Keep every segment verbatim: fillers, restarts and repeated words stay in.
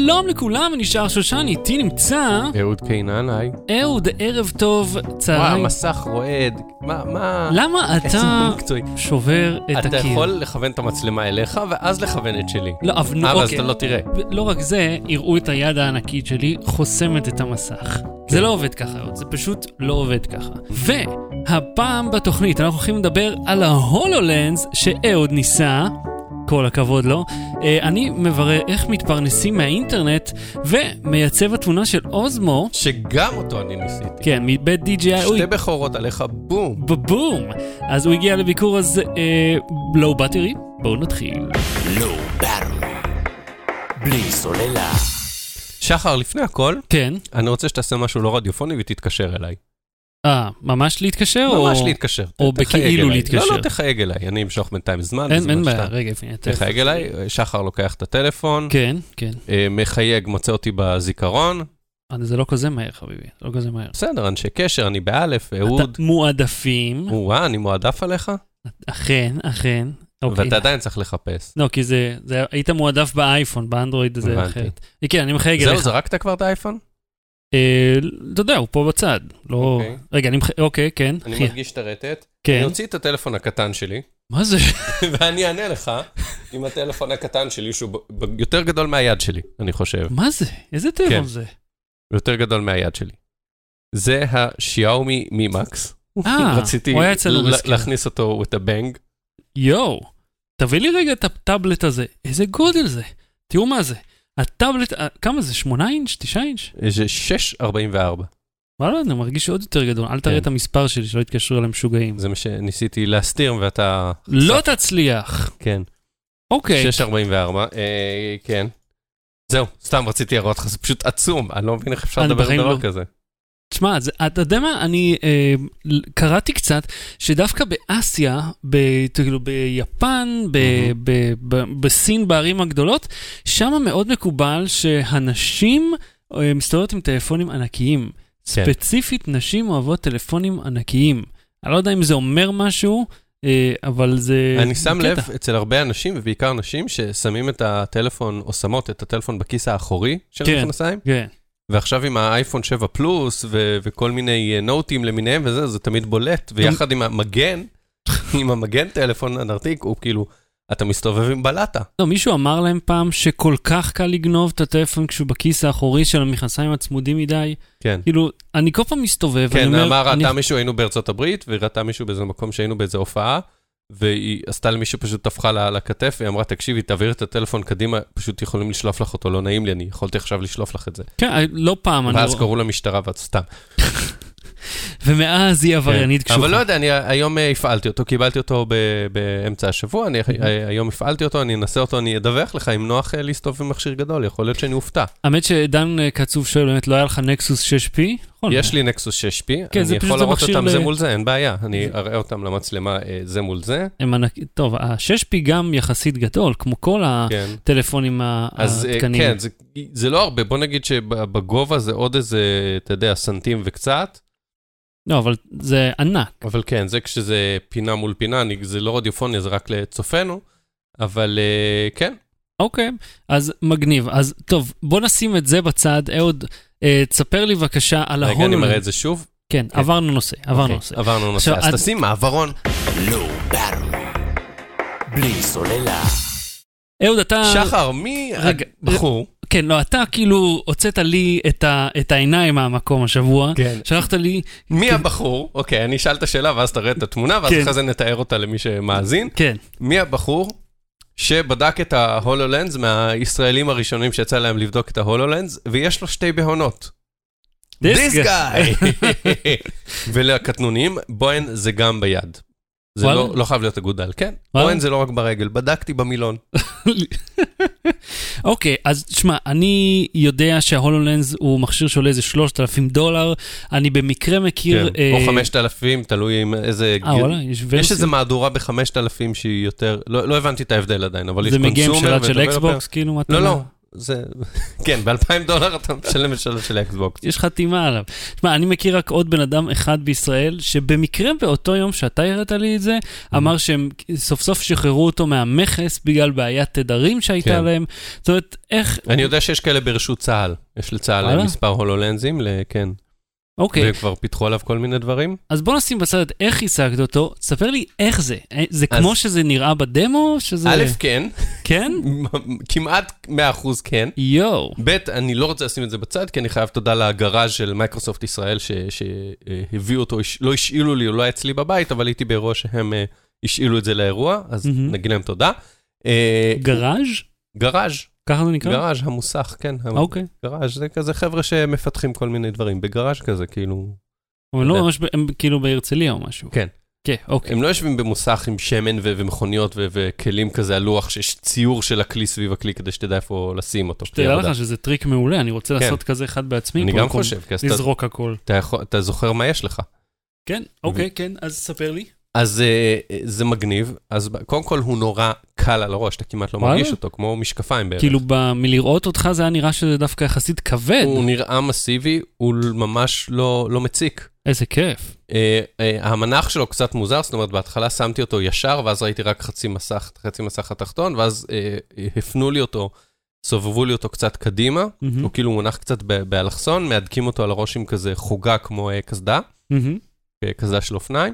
שלום לכולם, אני שר שושן, איתי נמצא... אהוד קינן, היי. אהוד, ערב טוב, צהריים. וואו, מסך רועד, מה, מה... למה אתה שובר את הקיר? אתה יכול לכוון את המצלמה אליך, ואז לכוון את שלי. לא, אבל... אה, אז אתה לא תראה. לא רק זה, יראו את היד הענקית שלי חוסמת את המסך. זה לא עובד ככה, זה פשוט לא עובד ככה. והפעם בתוכנית אנחנו הולכים לדבר על ההולולנס שאהוד ניסה... כל הכבוד לו. אני מברר איך מתפרנסים מהאינטרנט ומייצב התמונה של אוזמו. שגם אותו אני ניסיתי. כן, מבית די ג'יי איי. שתי בכורות עליך, בום. בבום. אז הוא הגיע לביקור אז לואו בטרי. בואו נתחיל. לואו בטרי. בלי סוללה. שחר, לפני הכל, כן. אני רוצה שתעשה משהו לא רדיופוני ותתקשר אליי. אה, ממש להתקשר? ממש להתקשר. או בכאילו להתקשר? לא, לא, תחייג אליי. אני אמשוך בינתיים זמן. אין בעיה, רגע. תחייג אליי, שחר לוקח את הטלפון. כן, כן. מחייג, מוצא אותי בזיכרון. זה לא כזה מהר, חביבי. לא כזה מהר. בסדר, אנשי קשר, אני באלף, אהוד. אתה מועדפים. וואה, אני מועדף עליך? אכן, אכן. ואתה עדיין צריך לחפש. לא, כי זה, היית מועדף באייפון, באנדרואיד זה אחרת. כן, אני מחייג אליך. זהו, זרקת כבר את האייפון? אתה יודע, הוא פה בצד. רגע, אני מחייג, אוקיי, כן. אני מרגיש את הרטט. אני אוציא את הטלפון הקטן שלי. מה זה? ואני אענה לך עם הטלפון הקטן שלי, שהוא יותר גדול מהיד שלי, אני חושב. מה זה? איזה טלפון זה? יותר גדול מהיד שלי. זה השיאומי מימקס. רציתי להכניס אותו את הבנג. יואו, תביא לי רגע את הטאבלט הזה. איזה גודל זה? תראו מה זה. הטאבלט, כמה זה? שמונה אינץ'? תשעה אינץ'? זה שש ארבעים וארבע. וואלה, אני מרגיש עוד יותר גדול. אל תראה את המספר שלי, שלא יתקשרו אליהם משוגעים. זה מה שניסיתי להסתיר, ואתה... לא תצליח. כן. אוקיי. שש ארבעים וארבע, כן. זהו, סתם רציתי להראות לך, זה פשוט עצום. אני לא מבין איך אפשר לדבר על דבר כזה. תשמע, אתה יודע מה, אני אה, קראתי קצת שדווקא באסיה, כאילו ביפן, ב, ב, ב, בסין, בערים הגדולות, שם מאוד מקובל שהנשים אה, מסתובבות עם טלפונים ענקיים. כן. ספציפית, נשים אוהבות טלפונים ענקיים. אני לא יודע אם זה אומר משהו, אה, אבל זה... אני שם לב אצל הרבה אנשים, ובעיקר נשים, ששמים את הטלפון, או שמות את הטלפון בכיס האחורי של כן, המכנסיים. כן. ועכשיו עם האייפון שבע פלוס, ו- וכל מיני נוטים למיניהם וזה, זה תמיד בולט, ויחד עם המגן, עם המגן טלפון הנרתיק, הוא כאילו, אתה מסתובב עם בלטה. לא, מישהו אמר להם פעם שכל כך קל לגנוב את הטלפון כשהוא בכיס האחורי של המכנסיים הצמודים מדי. כן. כאילו, אני כל פעם מסתובב, כן, אומר, אמר, אני... ראתה מישהו, היינו בארצות הברית, וראתה מישהו באיזה מקום שהיינו באיזה הופעה, והיא עשתה למישהו פשוט תפחה לה לכתף, והיא אמרה, תקשיבי, תעביר את הטלפון קדימה, פשוט יכולים לשלוף לך אותו, לא נעים לי, אני יכולתי עכשיו לשלוף לך את זה. כן, לא פעם. ואז קראו למשטרה, ואת סתם. ומאז היא עבריינית קשוחה. אבל לא יודע, אני היום הפעלתי אותו, קיבלתי אותו באמצע השבוע, אני היום הפעלתי אותו, אני אנסה אותו, אני אדווח לך, אם נוח להסתובב עם מכשיר גדול, יכול להיות שאני אופתע. האמת שדן קצוב שואל, באמת, לא היה לך נקסוס שש פי? יש לי נקסוס שש פי, אני יכול לראות אותם זה מול זה, אין בעיה, אני אראה אותם למצלמה זה מול זה. טוב, ה-שש פי גם יחסית גדול, כמו כל הטלפונים התקנים. כן, זה לא הרבה, בוא נגיד שבגובה זה עוד איזה, אתה יודע, סנטים וקצת. לא, אבל זה ענק. אבל כן, זה כשזה פינה מול פינה, זה לא רדיופוניה, זה רק לצופנו, אבל כן. אוקיי, אז מגניב. אז טוב, בוא נשים את זה בצד. אהוד, תספר לי בבקשה על ההולולנס. רגע, אני מראה את זה שוב. כן, עברנו נושא, עברנו נושא. עברנו נושא, אז תשים מעברון. לואו בטרי. בלי סוללה. אהוד, אתה... שחר, מי הבחור? כן, לא, אתה כאילו הוצאת לי את, ה, את העיניים מהמקום השבוע. כן. שלחת לי... מי הבחור? אוקיי, אני אשאל את השאלה, ואז תראה את התמונה, ואז אחרי זה נתאר אותה למי שמאזין. כן. מי הבחור שבדק את ההולולנס מהישראלים הראשונים שיצא להם לבדוק את ההולולנס, ויש לו שתי בהונות. This guy! ולקטנונים, בוהן זה גם ביד. זה לא, לא חייב להיות אגודל, כן? בוהן זה לא רק ברגל, בדקתי במילון. אוקיי, אז תשמע, אני יודע שההולולנס הוא מכשיר שעולה איזה שלושת אלפים דולר, אני במקרה מכיר... או חמשת אלפים, תלוי עם איזה... אה, וואלה, יש איזה מהדורה ב-חמשת אלפים שהיא יותר... לא הבנתי את ההבדל עדיין, אבל יש קונסומר... זה מגיים שלד של אקסבוקס, כאילו? לא, לא. זה, כן, ב-אלפיים דולר אתה משלם את שלוש של האקסבוקס. יש חתימה עליו. תשמע, אני מכיר רק עוד בן אדם אחד בישראל, שבמקרה באותו יום שאתה הראת לי את זה, אמר שהם סוף סוף שחררו אותו מהמכס, בגלל בעיית תדרים שהייתה להם. זאת אומרת, איך... אני יודע שיש כאלה ברשות צה"ל. יש לצה"ל מספר הולולנזים, כן. אוקיי. וכבר פיתחו עליו כל מיני דברים. אז בוא נשים בצד איך השגת אותו, ספר לי איך זה. זה כמו שזה נראה בדמו? א', כן. כן? כמעט מאה אחוז כן. יו. ב', אני לא רוצה לשים את זה בצד, כי אני חייב תודה לגראז' של מייקרוסופט ישראל, שהביאו אותו, לא השאילו לי, הוא לא היה אצלי בבית, אבל הייתי באירוע שהם השאילו את זה לאירוע, אז נגיד להם תודה. גראז'? גראז'. ככה זה נקרא? גראז', המוסך, כן. אוקיי. גראז', זה כזה חבר'ה שמפתחים כל מיני דברים. בגראז' כזה, כאילו... אבל לא ממש, הם כאילו בהרצליה או משהו. כן. כן, אוקיי. הם לא יושבים במוסך עם שמן ומכוניות וכלים כזה על לוח, שיש ציור של הכלי סביב הכלי, כדי שתדע איפה לשים אותו. שתדע לך שזה טריק מעולה, אני רוצה לעשות כזה אחד בעצמי. אני גם חושב. לזרוק הכל. אתה זוכר מה יש לך. כן, אוקיי, כן, אז ספר לי. אז זה מגניב, אז קודם כל הוא נורא קל על הראש, אתה כמעט לא מרגיש אותו, כמו משקפיים בערך. כאילו מלראות אותך זה היה נראה שזה דווקא יחסית כבד. הוא נראה מסיבי, הוא ממש לא מציק. איזה כיף. המנח שלו קצת מוזר, זאת אומרת, בהתחלה שמתי אותו ישר, ואז ראיתי רק חצי מסך, חצי מסך התחתון, ואז הפנו לי אותו, סובבו לי אותו קצת קדימה, הוא כאילו מונח קצת באלכסון, מהדקים אותו על הראש עם כזה חוגה כמו כסדה, כסדה של אופניים.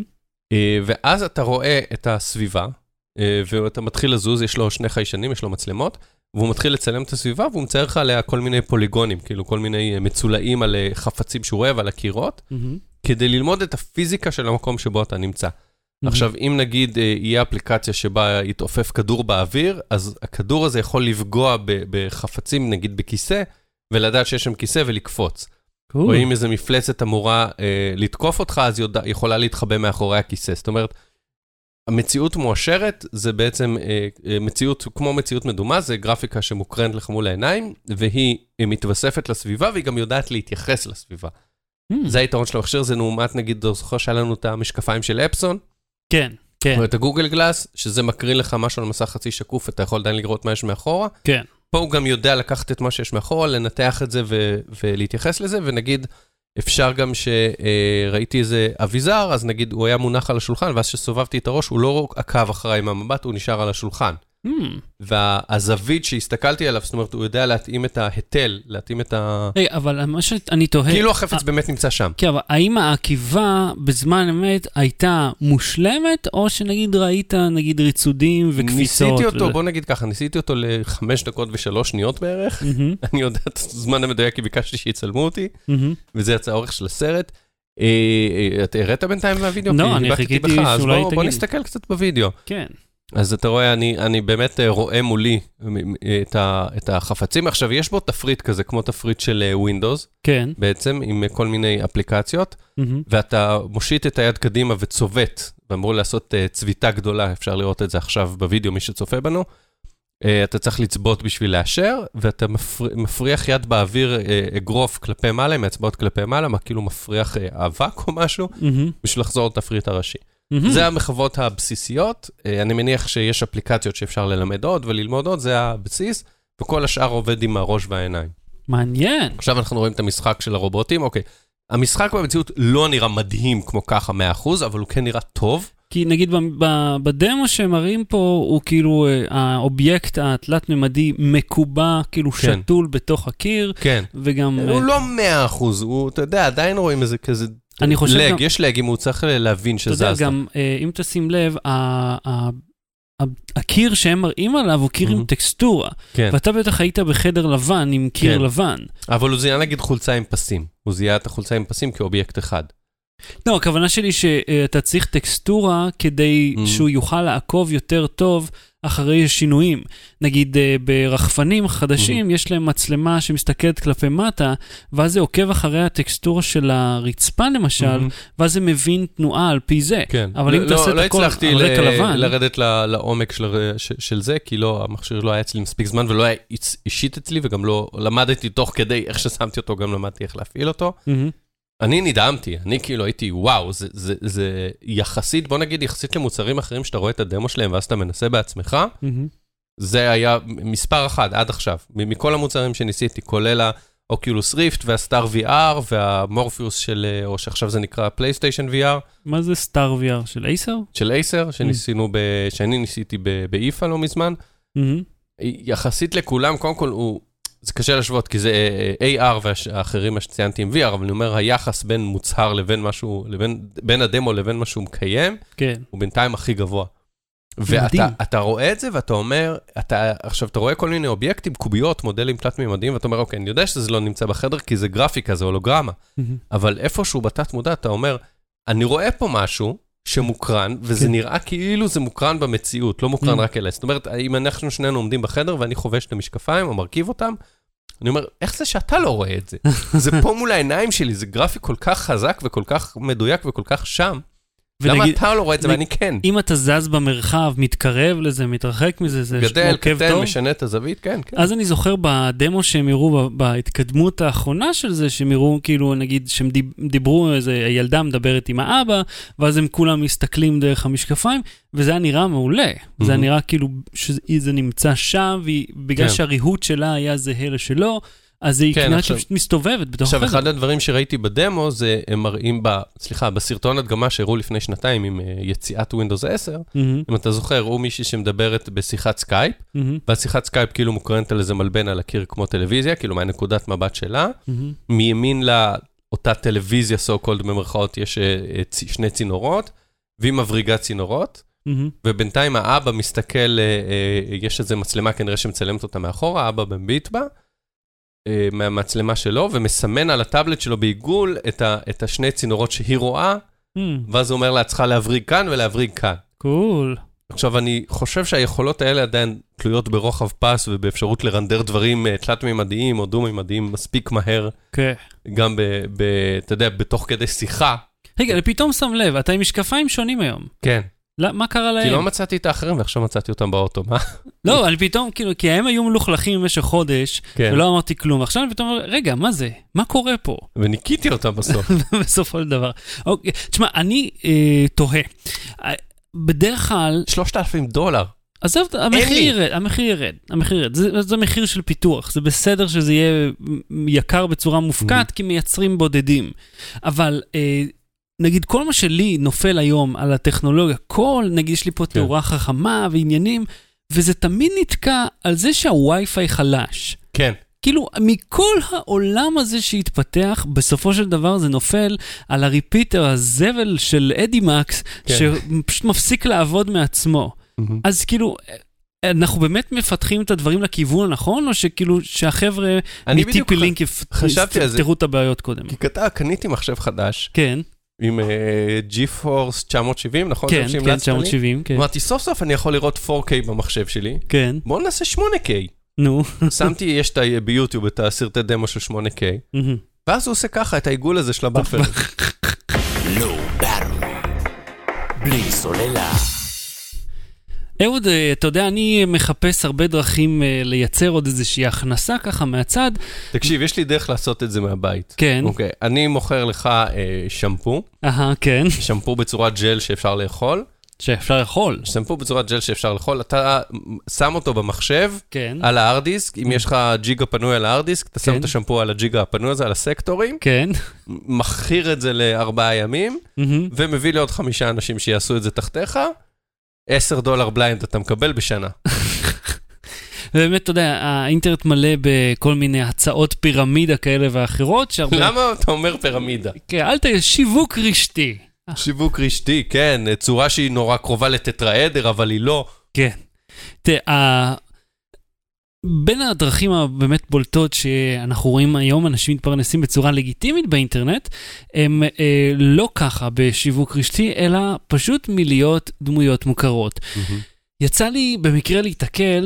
ואז אתה רואה את הסביבה, ואתה מתחיל לזוז, יש לו שני חיישנים, יש לו מצלמות, והוא מתחיל לצלם את הסביבה, והוא מצייר לך עליה כל מיני פוליגונים, כאילו כל מיני מצולעים על חפצים שהוא רואה ועל הקירות, כדי ללמוד את הפיזיקה של המקום שבו אתה נמצא. עכשיו, אם נגיד יהיה אפליקציה שבה יתעופף כדור באוויר, אז הכדור הזה יכול לפגוע בחפצים, נגיד בכיסא, ולדעת שיש שם כיסא ולקפוץ. או אם איזו מפלצת אמורה אה, לתקוף אותך, אז יודע, יכולה להתחבא מאחורי הכיסא. זאת אומרת, המציאות מואשרת, זה בעצם אה, מציאות, כמו מציאות מדומה, זה גרפיקה שמוקרנת לך מול העיניים, והיא מתווספת לסביבה, והיא גם יודעת להתייחס לסביבה. Mm. זה היתרון של המכשיר, זה נעומת, נגיד, זוכר שהיה לנו את המשקפיים של אפסון? כן, כן. או את הגוגל גלאס, שזה מקרין לך משהו על מסך חצי שקוף, אתה יכול עדיין לראות מה יש מאחורה. כן. פה הוא גם יודע לקחת את מה שיש מאחורה, לנתח את זה ו- ולהתייחס לזה, ונגיד, אפשר גם שראיתי איזה אביזר, אז נגיד הוא היה מונח על השולחן, ואז שסובבתי את הראש, הוא לא עקב אחריי עם המבט, הוא נשאר על השולחן. Mm. והזווית שהסתכלתי עליו, זאת אומרת, הוא יודע להתאים את ההיטל, להתאים את ה... היי, אבל מה שאני תוהה... כאילו החפץ באמת נמצא שם. כן, אבל האם העקיבה בזמן אמת הייתה מושלמת, או שנגיד ראית, נגיד, ריצודים וכפיסות? ניסיתי אותו, בוא נגיד ככה, ניסיתי אותו לחמש דקות ושלוש שניות בערך. אני יודע את הזמן המדויק, כי ביקשתי שיצלמו אותי, וזה יצא האורך של הסרט. אתה הראת בינתיים מהווידאו? לא, אני חיכיתי שאולי תגיד. בוא נסתכל קצת בווידאו. כן. אז אתה רואה, אני, אני באמת רואה מולי את, ה, את החפצים. עכשיו, יש בו תפריט כזה, כמו תפריט של Windows. כן. בעצם, עם כל מיני אפליקציות. Mm-hmm. ואתה מושיט את היד קדימה וצובט, ואמרו לעשות uh, צביטה גדולה, אפשר לראות את זה עכשיו בווידאו, מי שצופה בנו. Uh, אתה צריך לצבות בשביל לאשר, ואתה מפר, מפריח יד באוויר uh, אגרוף כלפי מעלה, עם האצבעות כלפי מעלה, מה כאילו מפריח uh, אבק או משהו, mm-hmm. בשביל לחזור לתפריט הראשי. Mm-hmm. זה המחוות הבסיסיות, אני מניח שיש אפליקציות שאפשר ללמד עוד וללמוד עוד, זה הבסיס, וכל השאר עובד עם הראש והעיניים. מעניין. עכשיו אנחנו רואים את המשחק של הרובוטים, אוקיי. המשחק במציאות לא נראה מדהים כמו ככה מאה אחוז, אבל הוא כן נראה טוב. כי נגיד בדמו שמראים פה, הוא כאילו האובייקט התלת-ממדי מקובע, כאילו כן. שתול בתוך הקיר. כן. וגם... הוא לא מאה אחוז, הוא, אתה יודע, עדיין רואים איזה כזה... אני חושב לג, גם, יש לג, אם הוא צריך להבין שזזת. אתה יודע, גם, אם תשים לב, הקיר שהם מראים עליו הוא קיר עם טקסטורה. כן. ואתה בטח היית בחדר לבן עם קיר כן. לבן. אבל הוא זיהה נגיד חולצה עם פסים. הוא זיהה את החולצה עם פסים כאובייקט אחד. לא, הכוונה שלי שאתה צריך טקסטורה כדי mm. שהוא יוכל לעקוב יותר טוב אחרי שינויים. נגיד ברחפנים חדשים mm-hmm. יש להם מצלמה שמסתכלת כלפי מטה, ואז זה עוקב אחרי הטקסטורה של הרצפה למשל, mm-hmm. ואז זה מבין תנועה על פי זה. כן. אבל אם לא, תעשה לא את הכל הצלחתי על רקע ל- לבן... לרדת ל- לעומק של, של זה, כי לא, המכשיר לא היה אצלי מספיק זמן, ולא היה אישית אצלי, וגם לא למדתי תוך כדי איך ששמתי אותו, גם למדתי איך להפעיל אותו. Mm-hmm. אני נדהמתי, אני כאילו הייתי, וואו, זה, זה, זה יחסית, בוא נגיד, יחסית למוצרים אחרים שאתה רואה את הדמו שלהם, ואז אתה מנסה בעצמך, mm-hmm. זה היה מספר אחד עד עכשיו, מכל המוצרים שניסיתי, כולל האוקולוס ריפט והסטאר וי אר והמורפיוס של, או שעכשיו זה נקרא פלייסטיישן וי אר. מה זה סטאר וי אר? של אייסר? של אייסר, שניסינו, ב, שאני ניסיתי באיפה לא מזמן. יחסית לכולם, קודם כל הוא, זה קשה להשוות, כי זה איי אר והאחרים שציינתי עם וי אר, אבל אני אומר, היחס בין מוצהר לבין משהו, לבין, בין הדמו לבין משהו מקיים, כן. הוא בינתיים הכי גבוה. ואתה אתה רואה את זה, ואתה אומר, אתה, עכשיו אתה רואה כל מיני אובייקטים, קוביות, מודלים תלת-מימדיים, ואתה אומר, אוקיי, אני יודע שזה לא נמצא בחדר, כי זה גרפיקה, זה הולוגרמה. אבל איפשהו בתת מודע, אתה אומר, אני רואה פה משהו שמוקרן, וזה נראה כאילו זה מוקרן במציאות, לא מוקרן רק אלה. זאת אומרת, אם אנחנו שנינו עומדים בחדר, ואני חובש את המשקפיים, או מרכיב אותם, אני אומר, איך זה שאתה לא רואה את זה? זה פה מול העיניים שלי, זה גרפיק כל כך חזק, וכל כך מדויק, וכל כך שם. למה אתה לא רואה את זה ואני כן? אם אתה זז במרחב, מתקרב לזה, מתרחק מזה, זה גדל, קטן, משנה את הזווית, כן, כן. אז אני זוכר בדמו שהם יראו, בהתקדמות האחרונה של זה, שהם יראו, כאילו, נגיד, שהם דיברו, איזה ילדה מדברת עם האבא, ואז הם כולם מסתכלים דרך המשקפיים, וזה היה נראה מעולה. זה היה נראה כאילו שזה נמצא שם, ובגלל שהריהוט שלה היה זהה לשלו, אז היא כמעט שפשוט מסתובבת בתוך עכשיו, אחד הדברים שראיתי בדמו, זה הם מראים, סליחה, בסרטון הדגמה שהראו לפני שנתיים עם יציאת ווינדוס עשר, אם אתה זוכר, הראו מישהי שמדברת בשיחת סקייפ, והשיחת סקייפ כאילו מוקרנת על איזה מלבן על הקיר כמו טלוויזיה, כאילו מהנקודת מבט שלה, מימין לאותה טלוויזיה, so called במרכאות, יש שני צינורות, והיא מבריגה צינורות, ובינתיים האבא מסתכל, יש איזה מצלמה כנראה שמצלמת אותה מאחורה, האבא במביט בה, מהמצלמה שלו, ומסמן על הטאבלט שלו בעיגול את, ה, את השני צינורות שהיא רואה, mm. ואז הוא אומר לה, צריכה להבריג כאן ולהבריג כאן. קול. Cool. עכשיו, אני חושב שהיכולות האלה עדיין תלויות ברוחב פס, ובאפשרות לרנדר דברים תלת-מימדיים או דו-מימדיים מספיק מהר, okay. גם ב, ב, אתה יודע, בתוך כדי שיחה. רגע, פתאום שם לב, אתה עם משקפיים שונים היום. כן. לא, מה קרה להם? כי לא מצאתי את האחרים, ועכשיו מצאתי אותם באוטו, מה? לא, אני פתאום, כאילו, כי הם היו מלוכלכים במשך חודש, כן. ולא אמרתי כלום, ועכשיו אני פתאום אומר, רגע, מה זה? מה קורה פה? וניקיתי אותם בסוף. בסופו של דבר. אוקיי, תשמע, אני אה, תוהה. בדרך כלל... שלושת אלפים דולר. עזוב, המחיר ירד, המחיר ירד, המחיר ירד. זה, זה מחיר של פיתוח, זה בסדר שזה יהיה יקר בצורה מופקעת, כי מייצרים בודדים. אבל... אה, נגיד, כל מה שלי נופל היום על הטכנולוגיה, כל, נגיד, יש לי פה תאורה חכמה ועניינים, וזה תמיד נתקע על זה שהווי-פיי חלש. כן. כאילו, מכל העולם הזה שהתפתח, בסופו של דבר זה נופל על הריפיטר, הזבל של אדימקס, שפשוט מפסיק לעבוד מעצמו. אז כאילו... אנחנו באמת מפתחים את הדברים לכיוון הנכון, או שכאילו שהחבר'ה מטיפי לינק יפתרו את הבעיות קודם? כי קניתי מחשב חדש. כן. עם ג'י-פורס תשע מאות שבעים, נכון? כן, כן, תשע מאות שבעים, כן. אמרתי, סוף סוף אני יכול לראות פור קיי במחשב שלי. כן. בואו נעשה שמונה קיי. נו. שמתי, יש ביוטיוב את הסרטי דמו של שמונה קיי, ואז הוא עושה ככה, את העיגול הזה של הבאפר. לא ברם. בלי סוללה. אהוד, אתה יודע, אני מחפש הרבה דרכים לייצר עוד איזושהי הכנסה ככה מהצד. תקשיב, יש לי דרך לעשות את זה מהבית. כן. אוקיי, אני מוכר לך אה, שמפו. אהה, כן. שמפו בצורת ג'ל שאפשר לאכול. שאפשר לאכול. שמפו בצורת ג'ל שאפשר לאכול. אתה שם אותו במחשב, כן. על הארדיסק. אם יש לך ג'יגה פנוי על הארדיסק, אתה שם את השמפו על הג'יגה הפנוי הזה, על הסקטורים. כן. מחיר את זה לארבעה ימים, ומביא לי עוד חמישה אנשים שיעשו את זה תחתיך. עשר דולר בליינד אתה מקבל בשנה. ובאמת, אתה יודע, האינטרנט מלא בכל מיני הצעות פירמידה כאלה ואחרות. למה אתה אומר פירמידה? כן, אל תהיה, שיווק רשתי. שיווק רשתי, כן, צורה שהיא נורא קרובה לטטראדר, אבל היא לא. כן. תראה, בין הדרכים הבאמת בולטות שאנחנו רואים היום אנשים מתפרנסים בצורה לגיטימית באינטרנט, הם אה, לא ככה בשיווק רשתי, אלא פשוט מלהיות דמויות מוכרות. Mm-hmm. יצא לי במקרה להתקל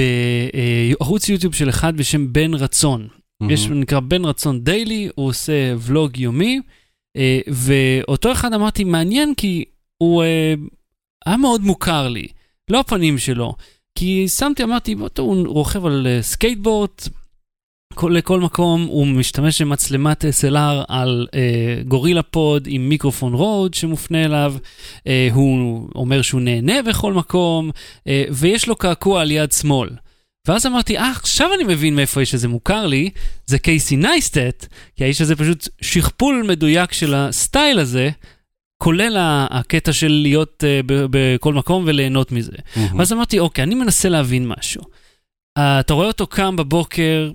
בערוץ יוטיוב של אחד בשם בן רצון. Mm-hmm. יש נקרא בן רצון דיילי, הוא עושה ולוג יומי, אה, ואותו אחד אמרתי מעניין כי הוא אה, היה מאוד מוכר לי, לא הפנים שלו. כי שמתי, אמרתי, הוא רוכב על סקייטבורד, לכל מקום, הוא משתמש במצלמת אס אל אר על אה, גורילה פוד עם מיקרופון רוד שמופנה אליו, אה, הוא אומר שהוא נהנה בכל מקום, אה, ויש לו קעקוע על יד שמאל. ואז אמרתי, אה, עכשיו אני מבין מאיפה יש איזה מוכר לי, זה קייסי נייסטט, כי האיש הזה פשוט שכפול מדויק של הסטייל הזה, כולל הקטע של להיות uh, בכל מקום וליהנות מזה. Mm-hmm. ואז אמרתי, אוקיי, אני מנסה להבין משהו. Uh, אתה רואה אותו קם בבוקר,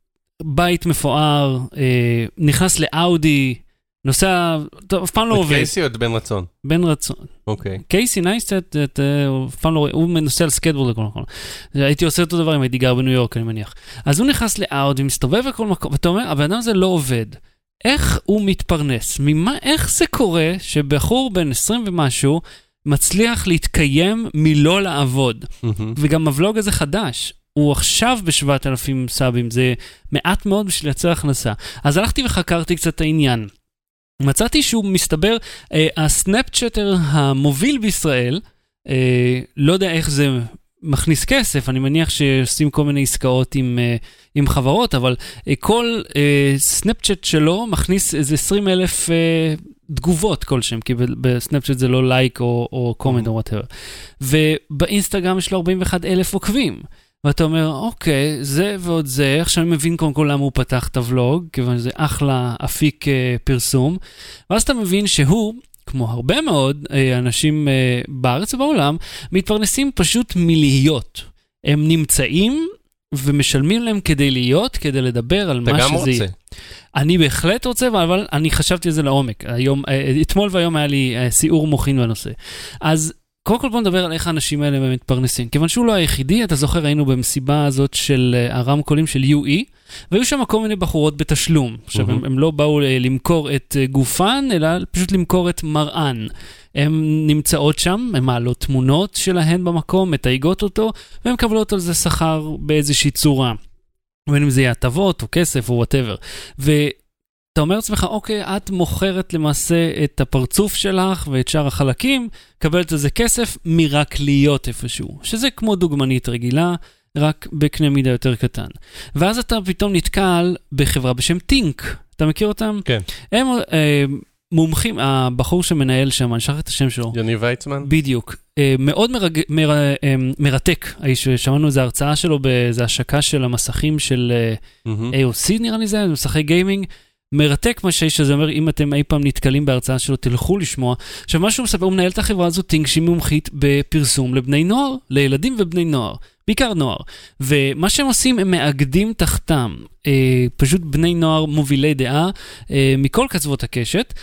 בית מפואר, uh, נכנס לאאודי, נוסע, טוב, אף פעם לא עובד. קייסי או את בן רצון? בן רצון. אוקיי. קייסי נייסטט, אף פעם לא רואה, הוא מנסה על סקייטבורד לכל מקום. הייתי עושה אותו דבר אם הייתי גר בניו יורק, אני מניח. אז הוא נכנס לאאודי, מסתובב בכל מקום, ואתה אומר, הבן אדם הזה לא עובד. איך הוא מתפרנס? ממה, איך זה קורה שבחור בן עשרים ומשהו מצליח להתקיים מלא לעבוד? Mm-hmm. וגם הוולוג הזה חדש. הוא עכשיו בשבעת אלפים סאבים, זה מעט מאוד בשביל לייצר הכנסה. אז הלכתי וחקרתי קצת את העניין. מצאתי שהוא מסתבר, אה, הסנאפצ'טר המוביל בישראל, אה, לא יודע איך זה מכניס כסף, אני מניח שעושים כל מיני עסקאות עם, עם חברות, אבל כל סנאפצ'אט שלו מכניס איזה עשרים אלף תגובות כלשהם, כי בסנאפצ'אט זה לא לייק או, או קומנט או whatever. ובאינסטגרם יש לו ארבעים ואחד אלף עוקבים. ואתה אומר, אוקיי, זה ועוד זה, עכשיו אני מבין קודם כל למה הוא פתח את הוולוג, כיוון שזה אחלה אפיק פרסום. ואז אתה מבין שהוא, כמו הרבה מאוד אנשים בארץ ובעולם, מתפרנסים פשוט מלהיות. הם נמצאים ומשלמים להם כדי להיות, כדי לדבר על מה שזה. אתה גם רוצה. אני בהחלט רוצה, אבל אני חשבתי על זה לעומק. היום, אתמול והיום היה לי סיעור מוחין בנושא. אז קודם כל בוא נדבר על איך האנשים האלה באמת מתפרנסים. כיוון שהוא לא היחידי, אתה זוכר, היינו במסיבה הזאת של הרמקולים של יו אי, והיו שם כל מיני בחורות בתשלום. עכשיו, הם, הם לא באו למכור את גופן, אלא פשוט למכור את מראן. הן נמצאות שם, הן מעלות תמונות שלהן במקום, מתייגות אותו, והן מקבלות על זה שכר באיזושהי צורה. בין אם זה יהיה הטבות או כסף או whatever. ואתה אומר לעצמך, אוקיי, את מוכרת למעשה את הפרצוף שלך ואת שאר החלקים, קבלת על זה כסף מרק להיות איפשהו. שזה כמו דוגמנית רגילה, רק בקנה מידה יותר קטן. ואז אתה פתאום נתקל בחברה בשם טינק. אתה מכיר אותם? כן. הם אה, מומחים, הבחור שמנהל שם, אני שכח את השם שלו. יוני ויצמן? בדיוק. אה, מאוד מרג... מר... אה, מרתק. שמענו איזו הרצאה שלו באיזו השקה של המסכים של אה, mm-hmm. איי או סי נראה לי זה, מסכי גיימינג. מרתק מה שיש שזה אומר, אם אתם אי פעם נתקלים בהרצאה שלו, תלכו לשמוע. עכשיו, מה שהוא מספר, הוא מנהל את החברה הזו, טינק, שהיא מומחית בפרסום לבני נוער, לילדים ובני נוער, בעיקר נוער. ומה שהם עושים, הם מאגדים תחתם, אה, פשוט בני נוער מובילי דעה, אה, מכל קצוות הקשת,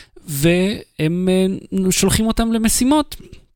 והם אה, שולחים אותם למשימות.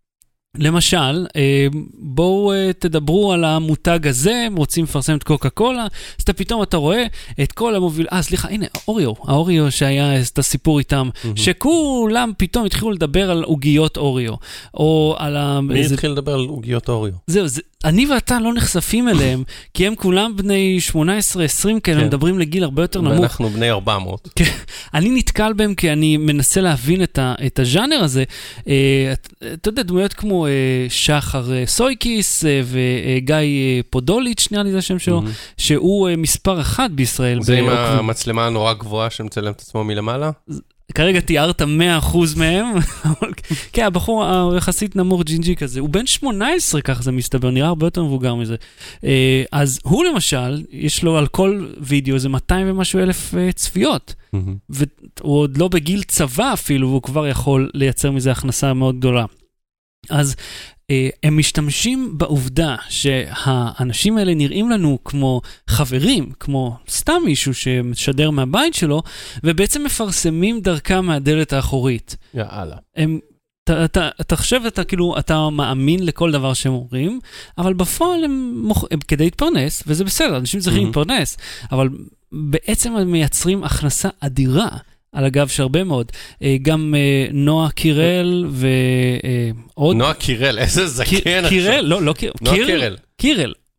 למשל, בואו תדברו על המותג הזה, הם רוצים לפרסם את קוקה קולה, אז אתה פתאום אתה רואה את כל המוביל, אה סליחה, הנה, האוריו, האוריו שהיה את הסיפור איתם, שכולם פתאום התחילו לדבר על עוגיות אוריו, או על ה... מי התחיל לדבר על עוגיות אוריו? זהו, אני ואתה לא נחשפים אליהם, כי הם כולם בני שמונה עשרה עשרים כאלה, מדברים לגיל הרבה יותר נמוך. ואנחנו בני ארבע מאות. אני נתקל בהם כי אני מנסה להבין את הז'אנר הזה. אתה יודע, דמויות כמו שחר סויקיס וגיא פודוליץ', נראה לי זה השם שלו, שהוא מספר אחד בישראל. זה עם המצלמה הנורא גבוהה שמצלם את עצמו מלמעלה? כרגע תיארת מאה אחוז מהם. כן, הבחור היחסית נמוך ג'ינג'י כזה. הוא בן שמונה עשרה, כך זה מסתבר, נראה הרבה יותר מבוגר מזה. אז הוא למשל, יש לו על כל וידאו איזה מאתיים ומשהו אלף צפיות. והוא עוד לא בגיל צבא אפילו, והוא כבר יכול לייצר מזה הכנסה מאוד גדולה. אז הם משתמשים בעובדה שהאנשים האלה נראים לנו כמו חברים, כמו סתם מישהו שמשדר מהבית שלו, ובעצם מפרסמים דרכם מהדלת האחורית. יאללה. הם, אתה, אתה, אתה חושב, אתה כאילו, אתה מאמין לכל דבר שהם אומרים, אבל בפועל הם, מוכ... הם כדי להתפרנס, וזה בסדר, אנשים צריכים mm-hmm. להתפרנס, אבל בעצם הם מייצרים הכנסה אדירה. על הגב של הרבה מאוד. גם נועה קירל ועוד... נועה קירל, איזה זקן עכשיו. קירל, לא, לא קירל. נועה קירל. קירל.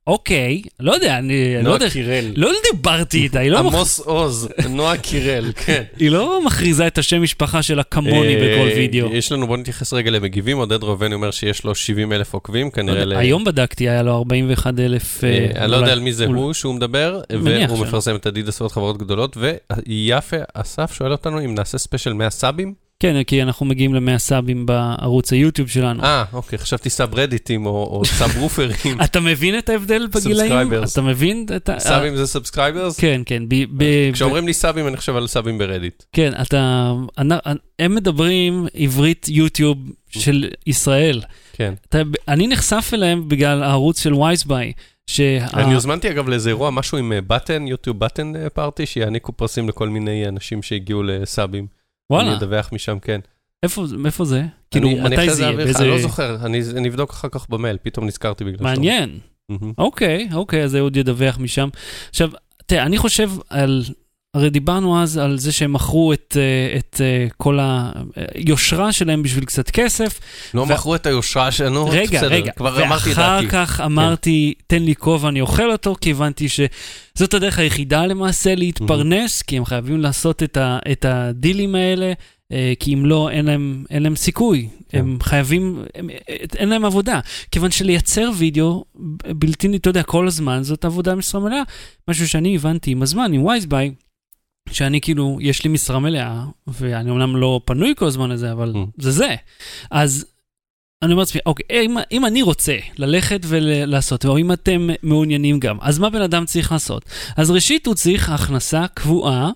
אוקיי, לא יודע, אני לא יודע, נועה קירל. לא דיברתי איתה, היא לא... עמוס עוז, נועה קירל, כן. היא לא מכריזה את השם משפחה שלה כמוני בכל וידאו. יש לנו, בוא נתייחס רגע למגיבים, עודד ראובני אומר שיש לו שבעים אלף עוקבים, כנראה... היום בדקתי, היה לו ארבעים ואחד אלף... אני לא יודע על מי זה הוא שהוא מדבר, והוא מפרסם את אדידס ועוד חברות גדולות, ויפה, אסף שואל אותנו אם נעשה ספיישל מאה סאבים? כן, כי אנחנו מגיעים ל-מאה סאבים בערוץ היוטיוב שלנו. אה, אוקיי, חשבתי סאב רדיטים או סאב רופרים. אתה מבין את ההבדל בגילאים? אתה מבין את ה... סאבים זה סאבסקרייברס? כן, כן. כשאומרים לי סאבים, אני חושב על סאבים ברדיט. כן, אתה... הם מדברים עברית יוטיוב של ישראל. כן. אני נחשף אליהם בגלל הערוץ של וייסביי. אני הוזמנתי אגב לאיזה אירוע, משהו עם בטן, יוטיוב בטן פארטי, שיעניקו פרסים לכל מיני אנשים שהגיעו לסאבים. וואלה. אני אדווח משם, כן. איפה זה? כאילו, מתי זה יהיה? אני לא זוכר, אני אבדוק אחר כך במייל, פתאום נזכרתי בגלל שאתה. מעניין. אוקיי, אוקיי, אז הוא ידווח משם. עכשיו, תראה, אני חושב על... הרי דיברנו אז על זה שהם מכרו את, את כל היושרה שלהם בשביל קצת כסף. לא ו... מכרו את היושרה שלנו? רגע, בסדר, רגע. ואחר כך אמרתי, כן. תן לי כובע, אני אוכל אותו, כי הבנתי שזאת הדרך היחידה למעשה להתפרנס, כי הם חייבים לעשות את, ה, את הדילים האלה, כי אם לא, אין להם, אין להם סיכוי. כן. הם חייבים, הם, אין להם עבודה. כיוון שלייצר וידאו בלתי, אתה יודע, כל הזמן, זאת עבודה משרה מלאה. משהו שאני הבנתי עם הזמן, עם וייסביי, שאני כאילו, יש לי משרה מלאה, ואני אומנם לא פנוי כל הזמן לזה, אבל mm. זה זה. אז אני אומר לעצמי, אוקיי, אם, אם אני רוצה ללכת ולעשות, או אם אתם מעוניינים גם, אז מה בן אדם צריך לעשות? אז ראשית הוא צריך הכנסה קבועה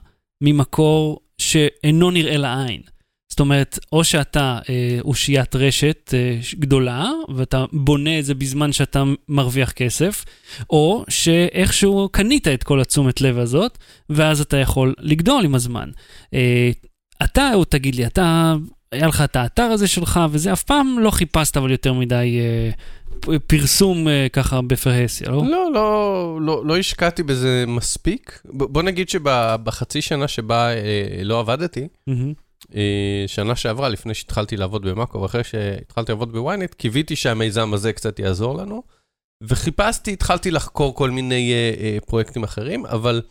ממקור שאינו נראה לעין. זאת אומרת, או שאתה אה, אושיית רשת אה, גדולה, ואתה בונה את זה בזמן שאתה מרוויח כסף, או שאיכשהו קנית את כל התשומת לב הזאת, ואז אתה יכול לגדול עם הזמן. אה, אתה, או תגיד לי, אתה, היה לך את האתר הזה שלך, וזה אף פעם לא חיפשת, אבל יותר מדי אה, פרסום אה, ככה בפרהסיה, לא? לא, לא, לא, לא השקעתי בזה מספיק. ב- בוא נגיד שבחצי שנה שבה אה, לא עבדתי, mm-hmm. שנה שעברה, לפני שהתחלתי לעבוד במאקו, ואחרי שהתחלתי לעבוד בוויינט, קיוויתי שהמיזם הזה קצת יעזור לנו, וחיפשתי, התחלתי לחקור כל מיני uh, פרויקטים אחרים, אבל